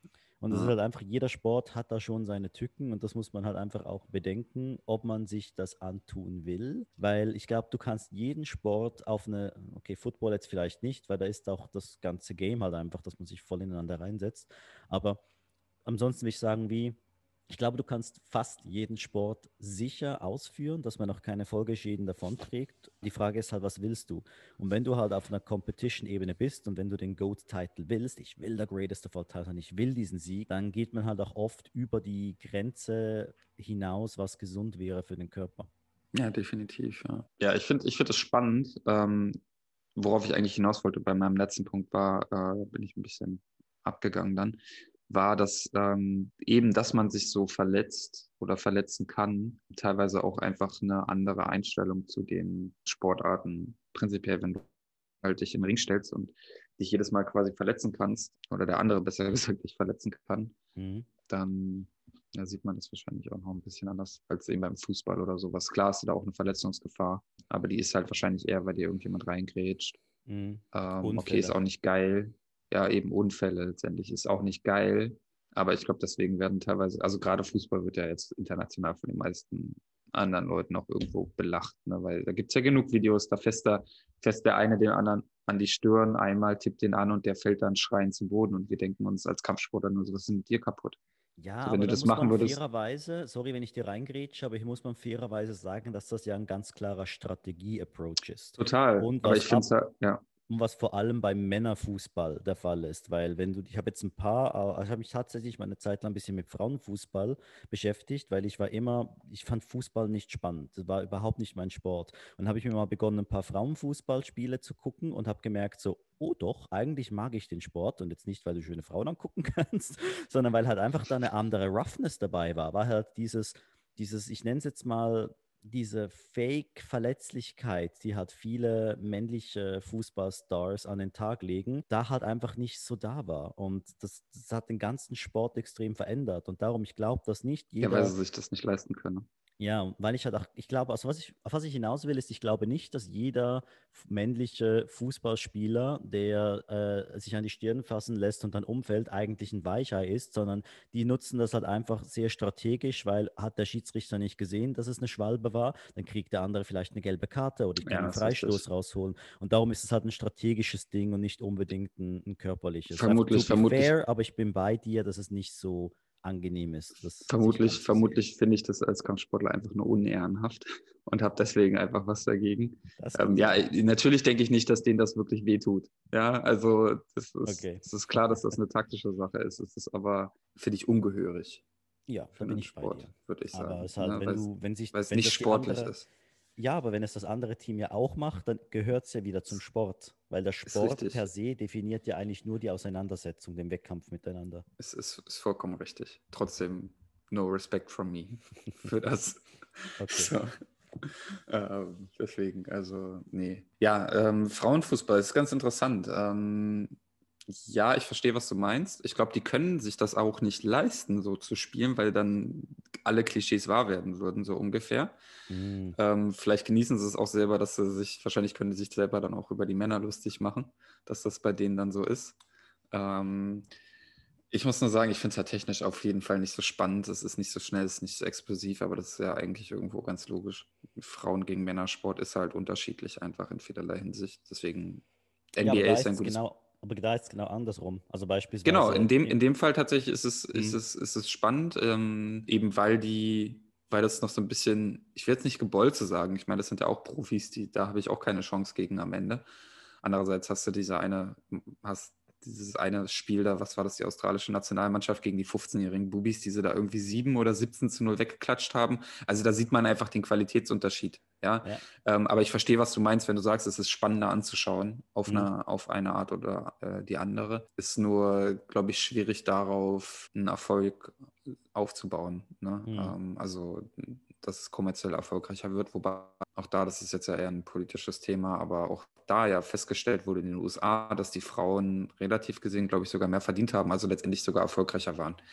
Speaker 1: Und das ist
Speaker 2: Ja.
Speaker 1: halt einfach, jeder Sport hat da schon seine Tücken und das muss man halt einfach auch bedenken, ob man sich das antun will. Weil ich glaube, du kannst jeden Sport auf eine, okay, Football jetzt vielleicht nicht, weil da ist auch das ganze Game halt einfach, dass man sich voll ineinander reinsetzt. Aber ansonsten würde ich sagen, wie, ich glaube, du kannst fast jeden Sport sicher ausführen, dass man auch keine Folgeschäden davonträgt. Die Frage ist halt, was willst du? Und wenn du halt auf einer Competition-Ebene bist und wenn du den GOAT-Titel willst, ich will der Greatest of All Time sein, ich will diesen Sieg, dann geht man halt auch oft über die Grenze hinaus, was gesund wäre für den Körper.
Speaker 2: Ja, definitiv, ja. Ja, ich finde ich find es spannend. Ähm, worauf ich eigentlich hinaus wollte bei meinem letzten Punkt war, äh, bin ich ein bisschen abgegangen dann, war, dass ähm, eben, dass man sich so verletzt oder verletzen kann, teilweise auch einfach eine andere Einstellung zu den Sportarten. Prinzipiell, wenn du halt dich in den Ring stellst und dich jedes Mal quasi verletzen kannst, oder der andere besser gesagt dich verletzen kann,
Speaker 1: Mhm.
Speaker 2: dann ja, sieht man das wahrscheinlich auch noch ein bisschen anders als eben beim Fußball oder sowas. Klar hast du da auch eine Verletzungsgefahr, aber die ist halt wahrscheinlich eher, weil dir irgendjemand reingrätscht.
Speaker 1: Mhm.
Speaker 2: Ähm, okay, ist
Speaker 1: Unfälle.
Speaker 2: auch nicht geil. Ja, eben Unfälle letztendlich ist auch nicht geil. Aber ich glaube, deswegen werden teilweise, also gerade Fußball wird ja jetzt international von den meisten anderen Leuten auch irgendwo belacht, ne? Weil da gibt es ja genug Videos, da fässt der, fässt der eine den anderen an die Stirn, einmal tippt den an und der fällt dann schreiend zu Boden und wir denken uns als Kampfsportler nur so, was ist denn mit dir kaputt?
Speaker 1: Ja,
Speaker 2: So, wenn
Speaker 1: aber
Speaker 2: du
Speaker 1: da
Speaker 2: das
Speaker 1: muss
Speaker 2: machen
Speaker 1: man
Speaker 2: würdest,
Speaker 1: fairerweise, sorry, wenn ich dir reingrätsche, aber hier muss man fairerweise sagen, dass das ja ein ganz klarer Strategie-Approach ist.
Speaker 2: total.
Speaker 1: Und
Speaker 2: Aber
Speaker 1: was
Speaker 2: ich finde es
Speaker 1: ab,
Speaker 2: ja, ja,
Speaker 1: und was vor allem beim Männerfußball der Fall ist, weil wenn du, ich habe jetzt ein paar, äh, also ich habe mich tatsächlich mal eine Zeit lang ein bisschen mit Frauenfußball beschäftigt, weil ich war immer, ich fand Fußball nicht spannend. Das war überhaupt nicht mein Sport. Und habe ich mir mal begonnen, ein paar Frauenfußballspiele zu gucken und habe gemerkt, so, oh doch, eigentlich mag ich den Sport und jetzt nicht, weil du schöne Frauen angucken kannst, sondern weil halt einfach da eine andere Roughness dabei war. War halt dieses, dieses, ich nenne es jetzt mal, diese Fake-Verletzlichkeit, die halt viele männliche Fußballstars an den Tag legen, da halt einfach nicht so da war. Und das, das hat den ganzen Sport extrem verändert. Und darum, ich glaube, dass nicht
Speaker 2: ja, weil
Speaker 1: jeder.
Speaker 2: sie sich das nicht leisten können.
Speaker 1: Ja, weil ich halt auch, ich glaube, also was ich, auf was ich hinaus will, ist, ich glaube nicht, dass jeder f- männliche Fußballspieler, der äh, sich an die Stirn fassen lässt und dann umfällt, eigentlich ein Weichei ist, sondern die nutzen das halt einfach sehr strategisch, weil hat der Schiedsrichter nicht gesehen, dass es eine Schwalbe war, dann kriegt der andere vielleicht eine gelbe Karte oder ich kann
Speaker 2: Ja,
Speaker 1: einen
Speaker 2: das ist richtig.
Speaker 1: Freistoß rausholen. Und darum ist es halt ein strategisches Ding und nicht unbedingt ein, ein körperliches. Einfach to
Speaker 2: Vermutlich,
Speaker 1: be
Speaker 2: vermutlich
Speaker 1: fair, aber ich bin bei dir, dass es nicht so angenehm ist, das sich
Speaker 2: Vermutlich,
Speaker 1: anzusehen.
Speaker 2: vermutlich finde ich das als Kampfsportler einfach nur unehrenhaft und habe deswegen einfach was dagegen.
Speaker 1: Das kann
Speaker 2: Ähm, ja,
Speaker 1: sein.
Speaker 2: natürlich denke ich nicht, dass denen das wirklich wehtut. Ja, also das ist,
Speaker 1: Okay.
Speaker 2: es ist klar, dass das eine taktische Sache ist. Es ist aber, finde ich, ungehörig
Speaker 1: Ja,
Speaker 2: für
Speaker 1: da bin
Speaker 2: einen
Speaker 1: ich bei
Speaker 2: Sport,
Speaker 1: dir.
Speaker 2: würde ich
Speaker 1: Aber es
Speaker 2: sagen.
Speaker 1: ist halt,
Speaker 2: Ne?
Speaker 1: wenn
Speaker 2: Weil es,
Speaker 1: du, wenn sich,
Speaker 2: weil es
Speaker 1: wenn
Speaker 2: nicht
Speaker 1: das die
Speaker 2: sportlich
Speaker 1: andere,
Speaker 2: ist.
Speaker 1: ja, aber wenn es das andere Team ja auch macht, dann gehört es ja wieder zum
Speaker 2: Ist,
Speaker 1: Sport. Weil der
Speaker 2: ist
Speaker 1: Sport per
Speaker 2: richtig.
Speaker 1: se definiert ja eigentlich nur die Auseinandersetzung, den Wettkampf miteinander.
Speaker 2: Es ist, ist vollkommen richtig. Trotzdem, no respect from me für das.
Speaker 1: Okay.
Speaker 2: So. Ähm, deswegen, also, nee. Ja, ähm, Frauenfußball ist ganz interessant. Ähm, ja, ich verstehe, was du meinst. Ich glaube, die können sich das auch nicht leisten, so zu spielen, weil dann alle Klischees wahr werden würden, so ungefähr.
Speaker 1: Mm.
Speaker 2: Ähm, vielleicht genießen sie es auch selber, dass sie sich, wahrscheinlich können die sich selber dann auch über die Männer lustig machen, dass das bei denen dann so ist. Ähm, ich muss nur sagen, ich finde es halt technisch auf jeden Fall nicht so spannend. Es ist nicht so schnell, es ist nicht so explosiv, aber das ist ja eigentlich irgendwo ganz logisch. Frauen gegen Männersport ist halt unterschiedlich einfach in vielerlei Hinsicht. Deswegen
Speaker 1: Ja, aber
Speaker 2: N B A
Speaker 1: da
Speaker 2: ist
Speaker 1: ist
Speaker 2: ein
Speaker 1: es
Speaker 2: gutes.
Speaker 1: genau, aber da ist es genau andersrum. Also
Speaker 2: Genau,
Speaker 1: beispielsweise
Speaker 2: in dem, in
Speaker 1: im,
Speaker 2: dem Fall tatsächlich ist es, ist
Speaker 1: mm,
Speaker 2: es, ist es spannend, ähm, eben weil die, weil das noch so ein bisschen, ich will jetzt nicht Gebolze sagen, ich meine, das sind ja auch Profis, die, da habe ich auch keine Chance gegen am Ende. Andererseits hast du diese eine, hast dieses eine Spiel da, was war das, die australische Nationalmannschaft gegen die fünfzehn-jährigen Bubis, die sie da irgendwie sieben oder siebzehn zu null weggeklatscht haben. Also da sieht man einfach den Qualitätsunterschied, ja.
Speaker 1: ja,
Speaker 2: Ähm, aber ich verstehe, was du meinst, wenn du sagst, es ist spannender anzuschauen auf
Speaker 1: mm,
Speaker 2: eine, auf eine Art oder äh, die andere. Ist nur, glaube ich, schwierig darauf einen Erfolg aufzubauen. Ne?
Speaker 1: mm,
Speaker 2: Ähm, also, dass es kommerziell erfolgreicher wird, wobei auch da, das ist jetzt ja eher ein politisches Thema, aber auch da ja festgestellt wurde in den U S A, dass die Frauen relativ gesehen, glaube ich, sogar mehr verdient haben, also letztendlich sogar erfolgreicher waren.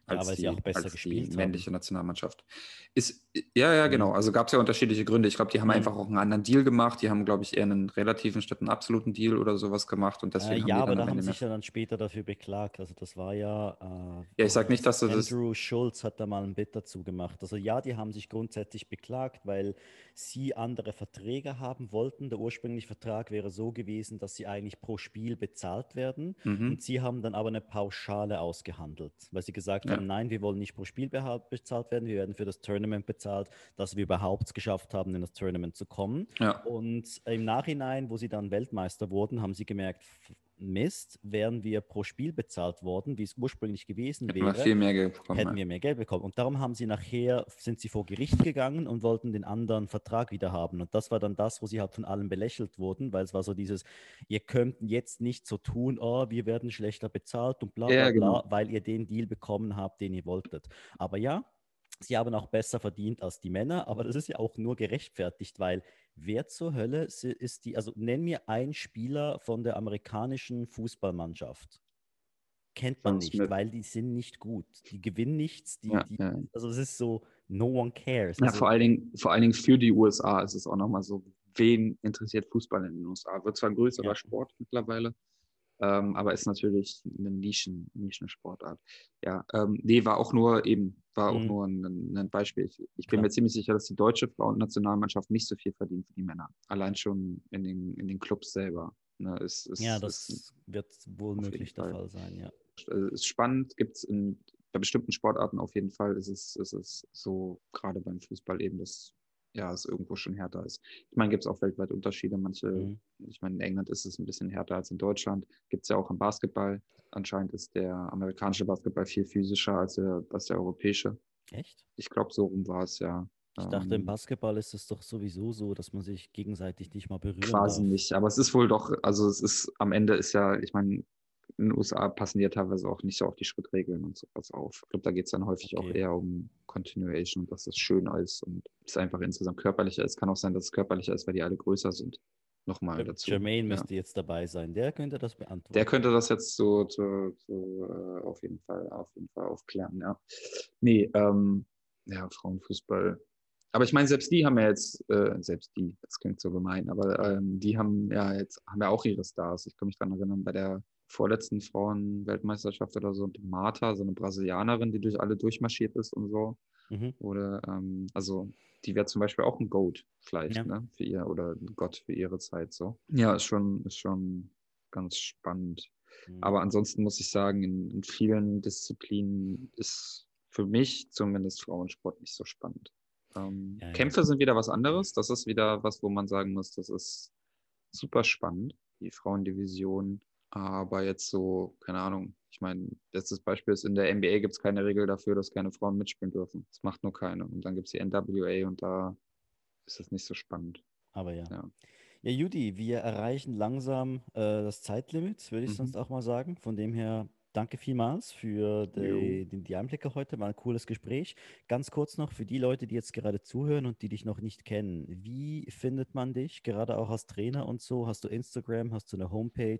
Speaker 1: Ja,
Speaker 2: als
Speaker 1: weil sie auch
Speaker 2: die,
Speaker 1: besser
Speaker 2: als die
Speaker 1: gespielt haben.
Speaker 2: männliche Nationalmannschaft. Ist, ja, ja,
Speaker 1: Mhm.
Speaker 2: genau. Also gab es ja unterschiedliche Gründe. Ich glaube, die haben
Speaker 1: Mhm.
Speaker 2: einfach auch einen anderen Deal gemacht. Die haben, glaube ich, eher einen relativen statt einen absoluten Deal oder sowas gemacht und
Speaker 1: Äh,
Speaker 2: deswegen haben
Speaker 1: ja,
Speaker 2: die
Speaker 1: aber
Speaker 2: dann
Speaker 1: da
Speaker 2: am
Speaker 1: haben
Speaker 2: Ende mehr.
Speaker 1: sich ja dann später dafür beklagt. Also das war ja, äh,
Speaker 2: Ja,
Speaker 1: wie
Speaker 2: ich sag nicht, dass
Speaker 1: heißt
Speaker 2: du das.
Speaker 1: Andrew Schulz hat da mal ein Bit dazu gemacht. Also ja, die haben sich grundsätzlich beklagt, weil sie andere Verträge haben wollten. Der ursprüngliche Vertrag wäre so gewesen, dass sie eigentlich pro Spiel bezahlt werden. Und
Speaker 2: Mhm,
Speaker 1: sie haben dann aber eine Pauschale ausgehandelt, weil sie gesagt haben,
Speaker 2: ja,
Speaker 1: nein, wir wollen nicht pro Spiel beha- bezahlt werden, wir werden für das Tournament bezahlt, dass wir überhaupt es geschafft haben, in das Tournament zu kommen.
Speaker 2: ja.
Speaker 1: Und im Nachhinein, wo sie dann Weltmeister wurden, haben sie gemerkt, f- Mist, wären wir pro Spiel bezahlt worden, wie es ursprünglich gewesen
Speaker 2: Hätten wir
Speaker 1: wäre,
Speaker 2: viel mehr Geld bekommen.
Speaker 1: hätten
Speaker 2: Ja.
Speaker 1: wir mehr Geld bekommen. Und darum haben sie nachher, sind sie vor Gericht gegangen und wollten den anderen Vertrag wieder haben. Und das war dann das, wo sie halt von allen belächelt wurden, weil es war so dieses, ihr könnt jetzt nicht so tun, oh, wir werden schlechter bezahlt und bla bla
Speaker 2: Ja,
Speaker 1: bla,
Speaker 2: genau.
Speaker 1: weil ihr den Deal bekommen habt, den ihr wolltet. Aber ja, sie haben auch besser verdient als die Männer, aber das ist ja auch nur gerechtfertigt, weil wer zur Hölle si- ist die, also nenn mir einen Spieler von der amerikanischen Fußballmannschaft. Kennt man
Speaker 2: John
Speaker 1: nicht,
Speaker 2: Smith.
Speaker 1: weil die sind nicht gut. Die gewinnen nichts, die,
Speaker 2: Ja,
Speaker 1: die,
Speaker 2: ja.
Speaker 1: also es ist so, no one cares.
Speaker 2: Ja,
Speaker 1: Also,
Speaker 2: vor allen Dingen, vor allen Dingen für die U S A ist es auch nochmal so, wen interessiert Fußball in den U S A? Wird zwar ein größerer
Speaker 1: ja.
Speaker 2: Sport mittlerweile, ähm, aber ist natürlich eine Nischen, Nischensportart. Ja, ähm, nee, war auch nur eben, war auch
Speaker 1: Mhm,
Speaker 2: nur ein, ein Beispiel. Ich, ich bin
Speaker 1: klar.
Speaker 2: mir ziemlich sicher, dass die deutsche Frauennationalmannschaft nicht so viel verdient wie die Männer. Allein schon in den, in den Clubs selber. Ne, ist,
Speaker 1: Ja,
Speaker 2: ist, ist
Speaker 1: das wird wohl
Speaker 2: auf jeden
Speaker 1: möglich der
Speaker 2: Fall.
Speaker 1: Fall sein, ja.
Speaker 2: Also ist spannend, gibt es in bei bestimmten Sportarten auf jeden Fall. Ist es, ist es so, gerade beim Fußball eben, dass ja, es irgendwo schon härter ist. Ich meine, gibt es auch weltweit Unterschiede. Manche,
Speaker 1: Mhm.
Speaker 2: ich meine, in England ist es ein bisschen härter als in Deutschland. Gibt es ja auch im Basketball. Anscheinend ist der amerikanische Basketball viel physischer als der, als der europäische.
Speaker 1: Echt?
Speaker 2: Ich glaube, so rum war es ja.
Speaker 1: Ich dachte, im
Speaker 2: Ähm,
Speaker 1: Basketball ist es doch sowieso so, dass man sich gegenseitig nicht mal berühren
Speaker 2: Quasi
Speaker 1: darf.
Speaker 2: nicht. Aber es ist wohl doch, also es ist am Ende ist ja, ich meine, in den U S A passen die ja teilweise auch nicht so auf die Schrittregeln und sowas auf. Ich glaube, da geht es dann häufig auch
Speaker 1: Okay.
Speaker 2: eher um Continuation und dass es schöner ist und es einfach insgesamt körperlicher ist. Kann auch sein, dass es körperlicher ist, weil die alle größer sind. Nochmal
Speaker 1: J-
Speaker 2: dazu.
Speaker 1: Jermaine
Speaker 2: Ja.
Speaker 1: müsste jetzt dabei sein. Der könnte das
Speaker 2: Der
Speaker 1: beantworten.
Speaker 2: könnte das jetzt so, so, so äh, auf jeden Fall, auf jeden Fall aufklären, ja. Nee, ähm, ja, Frauenfußball. Aber ich meine, selbst die haben ja jetzt, äh, selbst die, das klingt so gemein, aber ähm, die haben ja jetzt, haben ja auch ihre Stars. Ich kann mich daran erinnern, bei der vorletzten Frauenweltmeisterschaft oder so, die Marta, so eine Brasilianerin, die durch alle durchmarschiert ist und so.
Speaker 1: Mhm.
Speaker 2: Oder, ähm, also, die wäre zum Beispiel auch ein Goat vielleicht,
Speaker 1: Ja.
Speaker 2: ne, für ihr, oder ein Gott für ihre Zeit, so. Ja, ist schon, ist schon ganz spannend.
Speaker 1: Mhm.
Speaker 2: Aber ansonsten muss ich sagen, in, in vielen Disziplinen ist für mich zumindest Frauensport nicht so spannend. Ähm,
Speaker 1: Ja, ja.
Speaker 2: Kämpfe sind wieder was anderes. Das ist wieder was, wo man sagen muss, das ist super spannend, die Frauendivision. Aber jetzt so, keine Ahnung, ich meine, letztes Beispiel ist, in der N B A gibt es keine Regel dafür, dass keine Frauen mitspielen dürfen. Das macht nur keine. Und dann gibt es die N W A und da ist es nicht so spannend.
Speaker 1: Aber ja.
Speaker 2: Ja.
Speaker 1: Ja, Judy, wir erreichen langsam äh, das Zeitlimit, würde ich
Speaker 2: Mhm.
Speaker 1: sonst auch mal sagen. Von dem her, danke vielmals für
Speaker 2: Jo.
Speaker 1: die, die, die Einblicke heute. War ein cooles Gespräch. Ganz kurz noch für die Leute, die jetzt gerade zuhören und die dich noch nicht kennen. Wie findet man dich, gerade auch als Trainer und so? Hast du Instagram? Hast du eine Homepage?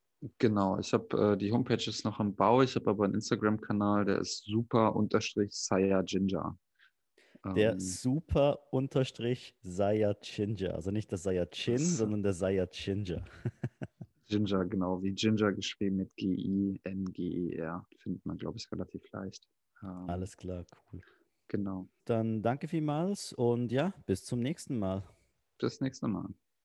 Speaker 2: Genau, ich habe äh, die Homepage ist noch am Bau, ich habe aber einen Instagram-Kanal, der ist super unterstrich Saya Ginger.
Speaker 1: Der
Speaker 2: Ähm,
Speaker 1: Super Unterstrich Sayachinja. Also nicht der Sayachin,
Speaker 2: das
Speaker 1: sondern der Sayachinja.
Speaker 2: Ginger, genau, wie Ginger geschrieben mit G I N G E R. Findet man, glaube ich, relativ leicht. Ähm,
Speaker 1: Alles klar, cool.
Speaker 2: genau.
Speaker 1: Dann danke vielmals und ja, bis zum nächsten Mal.
Speaker 2: Bis nächste Mal.